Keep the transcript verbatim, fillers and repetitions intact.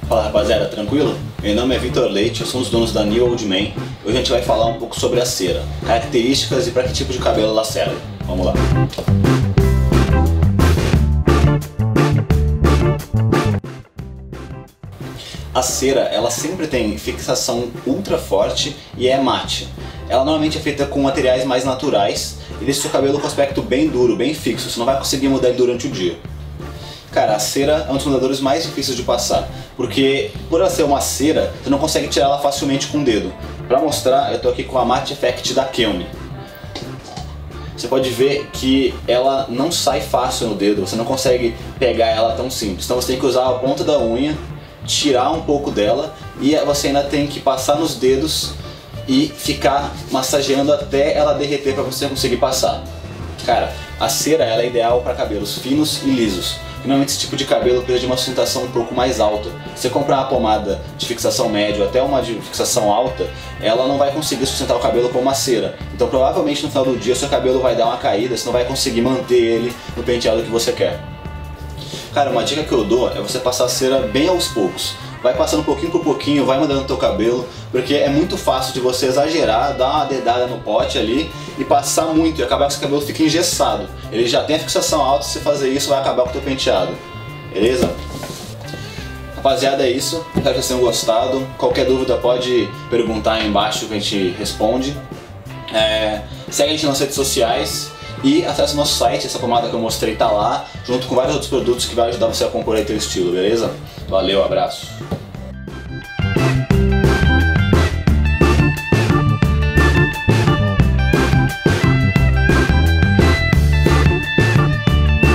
Fala rapaziada, tranquilo? Meu nome é Vitor Leite, eu sou um dos donos da New Old Man. Hoje a gente vai falar um pouco sobre a cera, características e para que tipo de cabelo ela serve. Vamos lá! A cera, ela sempre tem fixação ultra forte e é mate. Ela normalmente é feita com materiais mais naturais e deixa o seu cabelo com aspecto bem duro, bem fixo, você não vai conseguir mudar ele durante o dia. Cara, a cera é um dos modeladores mais difíceis de passar, porque por ela ser uma cera, você não consegue tirar ela facilmente com o dedo. Pra mostrar, eu tô aqui com a Matte Effect da Kelme. Você pode ver que ela não sai fácil no dedo, você não consegue pegar ela tão simples. Então você tem que usar a ponta da unha, tirar um pouco dela e você ainda tem que passar nos dedos e ficar massageando até ela derreter para você conseguir passar. Cara, a cera ela é ideal para cabelos finos e lisos. Normalmente esse tipo de cabelo precisa de uma sustentação um pouco mais alta. Se você comprar uma pomada de fixação média até uma de fixação alta, ela não vai conseguir sustentar o cabelo com uma cera. Então provavelmente no final do dia seu cabelo vai dar uma caída, você não vai conseguir manter ele no penteado que você quer. Cara, uma dica que eu dou é você passar a cera bem aos poucos. Vai passando pouquinho por pouquinho, vai mandando o teu cabelo, porque é muito fácil de você exagerar, dar uma dedada no pote ali e passar muito e acabar que seu cabelo fica engessado. Ele já tem a fixação alta, se você fazer isso vai acabar com o teu penteado. Beleza? Rapaziada, é isso. Espero que vocês tenham gostado. Qualquer dúvida pode perguntar aí embaixo que a gente responde. É... Segue a gente nas redes sociais. E acesse o nosso site, essa pomada que eu mostrei tá lá, junto com vários outros produtos que vai ajudar você a compor aí teu estilo, beleza? Valeu, abraço!